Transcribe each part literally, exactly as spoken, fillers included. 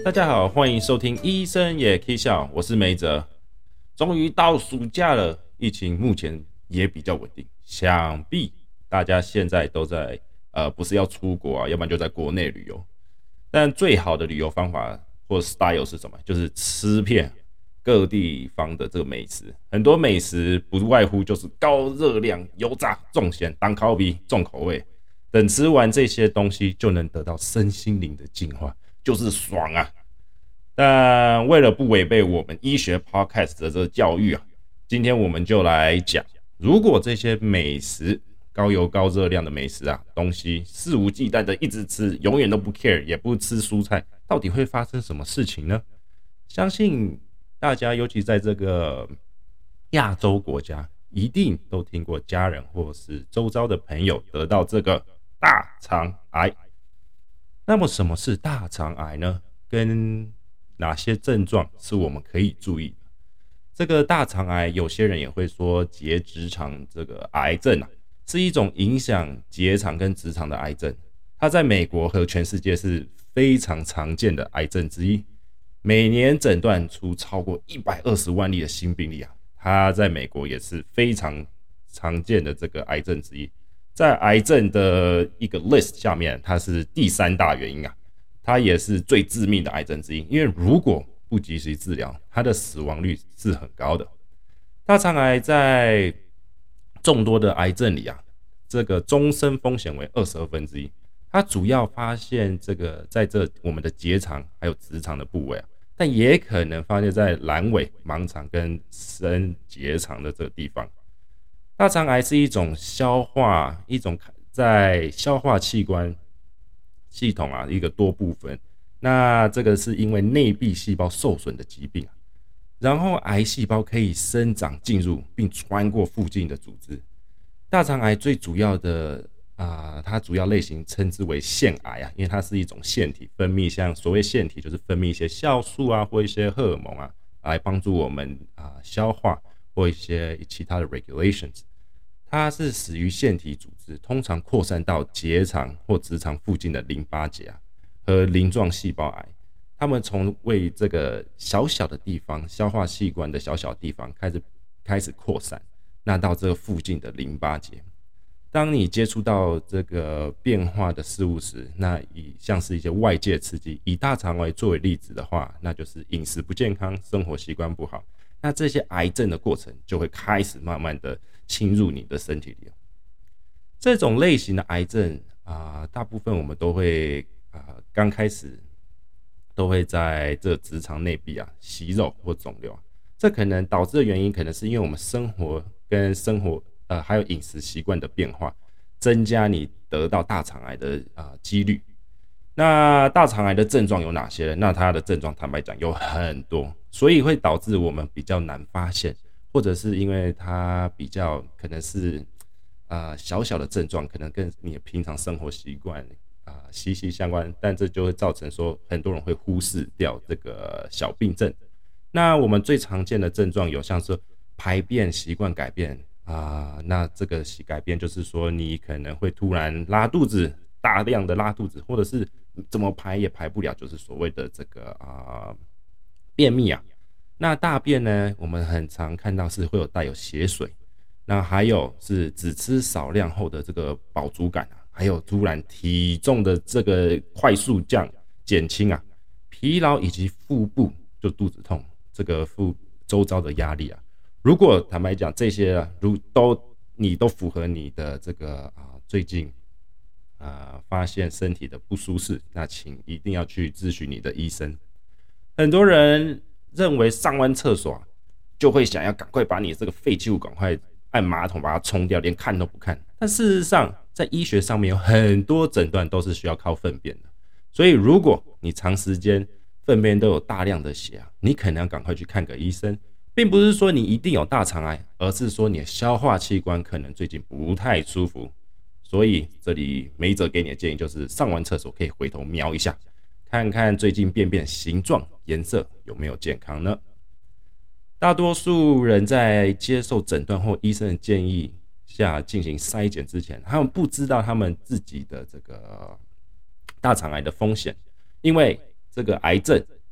大家好，欢迎收听医生也可以笑，我是梅哲。终于到暑假了，疫情目前也比较稳定，想必大家现在都在呃，不是要出国啊，要不然就在国内旅游。但最好的旅游方法或 style 是什么？就是吃遍各地方的这个美食。很多美食不外乎就是高热量、油炸、重咸、当烤比、重口味。等吃完这些东西，就能得到身心灵的净化，就是爽啊！但为了不违背我们医学 podcast 的这个教育啊，今天我们就来讲，如果这些美食高油高热量的美食啊东西肆无忌惮的一直吃，永远都不 care 也不吃蔬菜，到底会发生什么事情呢？相信大家尤其在这个亚洲国家，一定都听过家人或是周遭的朋友得到这个大肠癌。那么什么是大肠癌呢？跟哪些症状是我们可以注意的？这个大肠癌，有些人也会说结直肠这个癌症啊，是一种影响结肠跟直肠的癌症。它在美国和全世界是非常常见的癌症之一，每年诊断出超过一百二十万例的新病例啊。它在美国也是非常常见的这个癌症之一。在癌症的一个 list 下面，它是第三大原因啊，它也是最致命的癌症之一。因为如果不及时治疗，它的死亡率是很高的。大肠癌在众多的癌症里啊，这个终身风险为二十二分之一。它主要发现这个在这我们的结肠还有直肠的部位啊，但也可能发现在阑尾、盲肠跟升结肠的这个地方。大肠癌是一种消化，一种在消化器官系统啊一个多部分。那这个是因为内壁细胞受损的疾病，然后癌细胞可以生长进入并穿过附近的组织。大肠癌最主要的啊、呃，它主要类型称之为腺癌啊，因为它是一种腺体分泌，像所谓腺体就是分泌一些酵素啊或一些荷尔蒙啊，来帮助我们啊、呃、消化或一些其他的 regulations。它是死于腺体组织，通常扩散到结肠或直肠附近的淋巴结啊和鳞状细胞癌。它们从为这个小小的地方，消化器官的小小地方开始开始扩散，那到这个附近的淋巴结。当你接触到这个变化的事物时，那以像是一些外界刺激，以大肠癌作为例子的话，那就是饮食不健康，生活习惯不好，那这些癌症的过程就会开始慢慢的侵入你的身体里。这种类型的癌症啊、呃，大部分我们都会啊、呃，刚开始都会在这直肠内壁啊息肉或肿瘤啊。这可能导致的原因，可能是因为我们生活跟生活呃还有饮食习惯的变化，增加你得到大肠癌的啊几率。那大肠癌的症状有哪些呢？那它的症状坦白讲有很多，所以会导致我们比较难发现，或者是因为它比较可能是呃小小的症状，可能跟你的平常生活习惯啊息息相关，但这就会造成说很多人会忽视掉这个小病症。那我们最常见的症状有像是排便习惯改变啊、呃，那这个改变就是说你可能会突然拉肚子，大量的拉肚子，或者是怎么排也排不了，就是所谓的这个啊、呃、便秘啊。那大便呢，我们很常看到是会有带有血水，那还有是只吃少量后的这个饱足感啊，还有突然体重的这个快速降减轻啊，疲劳以及腹部就肚子痛，这个腹周遭的压力啊。如果坦白讲这些啊，如都你都符合你的这个啊最近啊发现身体的不舒适，那请一定要去咨询你的医生。很多人认为上完厕所、啊、就会想要赶快把你这个废弃物赶快按马桶把它冲掉，连看都不看。但事实上在医学上面有很多诊断都是需要靠粪便的，所以如果你长时间粪便都有大量的血啊，你可能要赶快去看个医生。并不是说你一定有大肠癌，而是说你的消化器官可能最近不太舒服。所以这里梅哲给你的建议就是上完厕所可以回头瞄一下，看看最近便便形状颜色有没有健康呢。大多数人在接受诊断或医生的建议下进行筛检之前，他们不知道他们自己的这个大肠癌的风险，因为这个癌症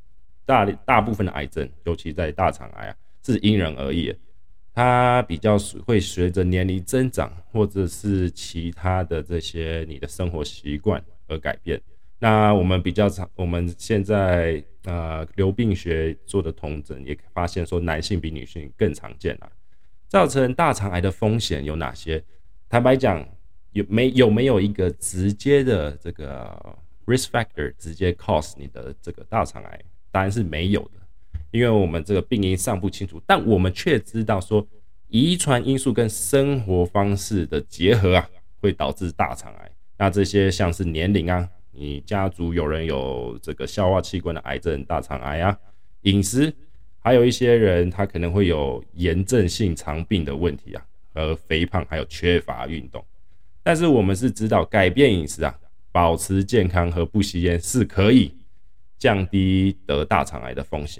大大部分的癌症，尤其在大肠癌啊，是因人而异的。它比较会随着年龄增长，或者是其他的这些你的生活习惯而改变。那我们比较常，我们现在呃流病学做的统整也发现说，男性比女性更常见啦。造成大肠癌的风险有哪些？坦白讲，有没有没有一个直接的这个 risk factor 直接 cause 你的这个大肠癌？答案是没有的。因为我们这个病因尚不清楚，但我们却知道说，遗传因素跟生活方式的结合啊，会导致大肠癌。那这些像是年龄啊，你家族有人有这个消化器官的癌症、大肠癌啊，饮食，还有一些人他可能会有炎症性肠病的问题啊，和肥胖，还有缺乏运动。但是我们是知道，改变饮食啊，保持健康和不吸烟是可以降低得大肠癌的风险。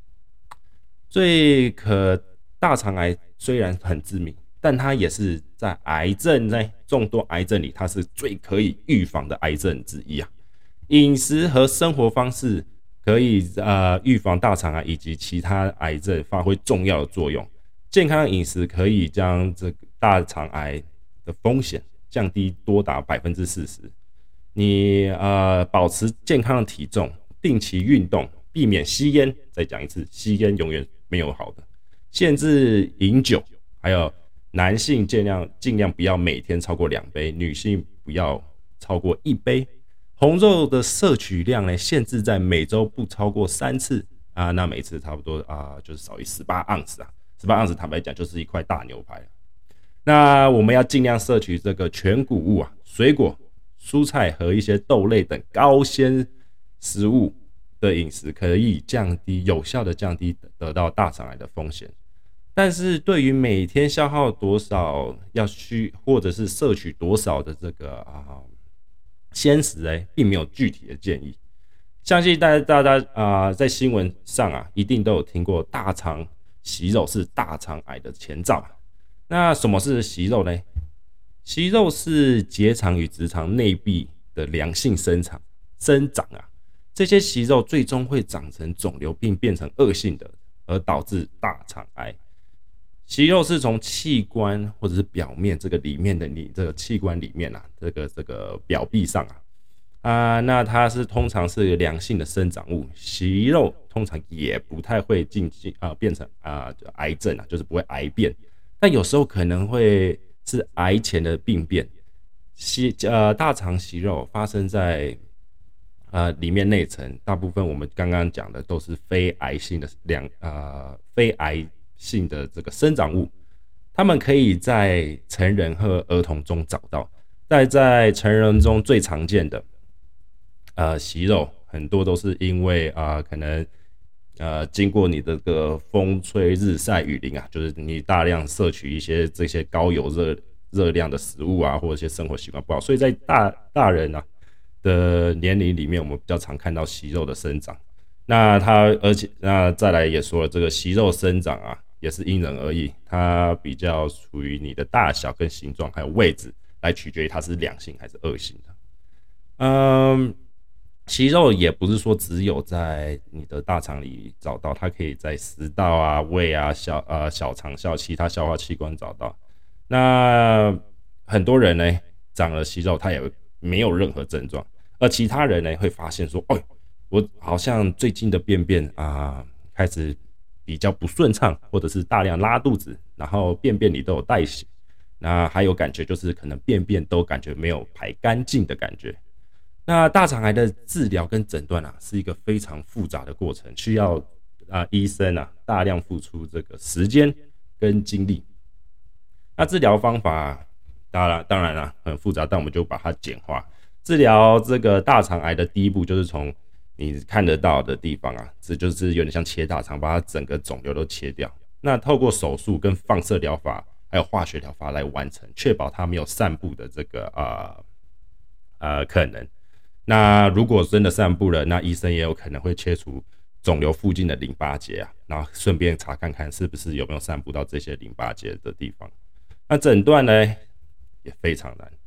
最可大肠癌虽然很致命，但它也是在癌症在众多癌症里，它是最可以预防的癌症之一啊。饮食和生活方式可以呃预防大肠癌以及其他癌症发挥重要的作用。健康的饮食可以将这个大肠癌的风险降低多达百分之四十。你呃保持健康的体重，定期运动，避免吸烟。再讲一次，吸烟永远没有好的。限制饮酒，还有男性尽量尽量不要每天超过两杯，女性不要超过一杯。红肉的摄取量呢，限制在每周不超过三次啊，那每次差不多啊，就是少于十八盎司啊，十八盎司坦白讲就是一块大牛排。那我们要尽量摄取这个全谷物啊，水果、蔬菜和一些豆类等高纤食物的饮食，可以降低有效的降低得到大肠癌的风险。但是对于每天消耗多少要需或者是摄取多少的这个啊鲜食哎，并没有具体的建议。相信大家大家啊、呃、在新闻上啊一定都有听过大肠息肉是大肠癌的前兆。那什么是息肉呢？息肉是结肠与直肠内壁的良性生长生长啊，这些息肉最终会长成肿瘤并变成恶性的，而导致大肠癌。息肉是从器官或者是表面这个里面的你这个器官里面啊，这个这个表壁上啊，啊，那它是通常是良性的生长物，息肉通常也不太会进进啊变成啊癌症啊，就是不会癌变，但有时候可能会是癌前的病变。息呃大肠息肉发生在呃里面内层，大部分我们刚刚讲的都是非癌性的良呃非癌性的这个生长物，它们可以在成人和儿童中找到。但在成人中最常见的呃息肉，很多都是因为啊、呃、可能呃经过你的这个风吹日晒雨淋啊，就是你大量摄取一些这些高油热热量的食物啊，或者一些生活习惯不好，所以在大大人啊的年龄里面，我们比较常看到息肉的生长。那它而且那再来也说了，这个息肉生长啊也是因人而异，它比较属于你的大小跟形状还有位置来取决于它是良性还是恶性的。嗯，息肉也不是说只有在你的大肠里找到，它可以在食道啊、胃啊、小呃小肠消其他消化器官找到。那很多人呢长了息肉，他也没有任何症状，而其他人呢会发现说，哦，我好像最近的便便啊、呃、开始比较不顺畅，或者是大量拉肚子，然后便便里都有带血，那还有感觉就是可能便便都感觉没有排干净的感觉。那大肠癌的治疗跟诊断啊是一个非常复杂的过程，需要啊、呃、医生啊大量付出这个时间跟精力。那治疗方法当然当然啦很复杂，但我们就把它简化。治疗这个大肠癌的第一步就是从你看得到的地方啊，这就是有点像切大肠，把它整个肿瘤都切掉。那透过手术跟放射疗法还有化学疗法来完成，确保它没有散布的这个呃呃可能。那如果真的散布了，那医生也有可能会切除肿瘤附近的淋巴结啊，然后顺便查看看是不是有没有散布到这些淋巴结的地方。那诊断呢也非常难，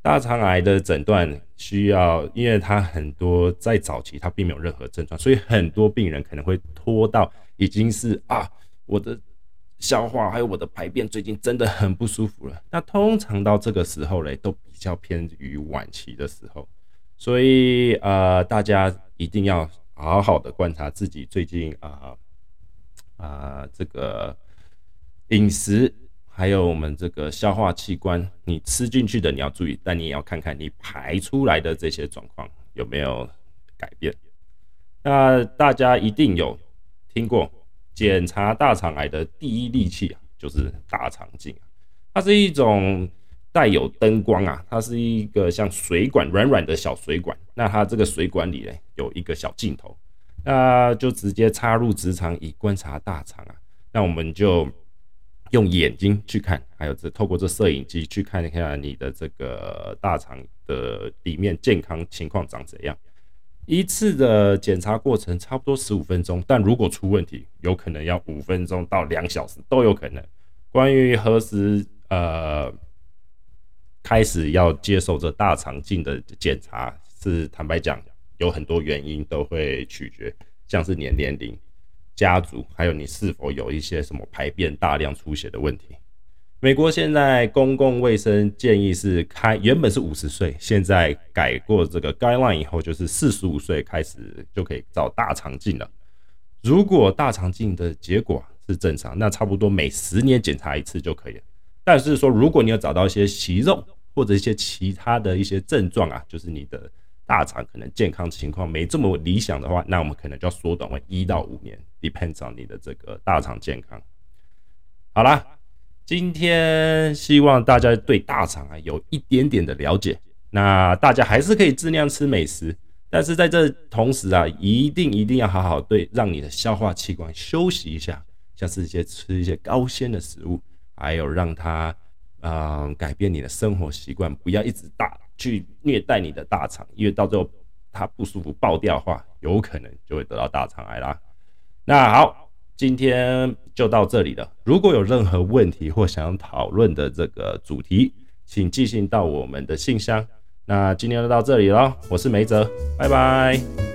大肠癌的诊断需要，因为它很多在早期它并没有任何症状，所以很多病人可能会拖到已经是啊，我的消化还有我的排便最近真的很不舒服了。那通常到这个时候嘞，都比较偏于晚期的时候，所以呃，大家一定要好好的观察自己最近啊啊、呃、这个饮食。还有我们这个消化器官，你吃进去的你要注意，但你也要看看你排出来的这些状况有没有改变。那大家一定有听过检查大肠癌的第一利器啊，就是大肠镜。它是一种带有灯光啊，它是一个像水管软软的小水管，那它这个水管里有一个小镜头，那就直接插入直肠以观察大肠啊。那我们就用眼睛去看，还有这透过这摄影机去看一看你的这个大肠的里面健康情况长怎样。一次的检查过程差不多十五分钟，但如果出问题，有可能要五分钟到两小时都有可能。关于何时呃开始要接受这大肠镜的检查，是坦白讲有很多原因都会取决，像是你的年龄、家族，还有你是否有一些什么排便大量出血的问题。美国现在公共卫生建议是开，原本是五十岁，现在改过这个 guideline 以后，就是四十五岁开始就可以照大肠镜了。如果大肠镜的结果是正常，那差不多每十年检查一次就可以了。但是说，如果你有找到一些息肉或者一些其他的一些症状啊，就是你的大肠可能健康情况没这么理想的话，那我们可能就要缩短为一到五年 ，depends on 你的这个大肠健康。好啦，今天希望大家对大肠啊有一点点的了解。那大家还是可以尽量吃美食，但是在这同时啊，一定一定要好好对让你的消化器官休息一下，像是一些吃一些高纤的食物，还有让它呃改变你的生活习惯，不要一直大。去虐待你的大肠，因为到最后它不舒服爆掉的话，有可能就会得到大肠癌啦。那好，今天就到这里了。如果有任何问题或想要讨论的这个主题，请寄信到我们的信箱。那今天就到这里了，我是梅哲，拜拜。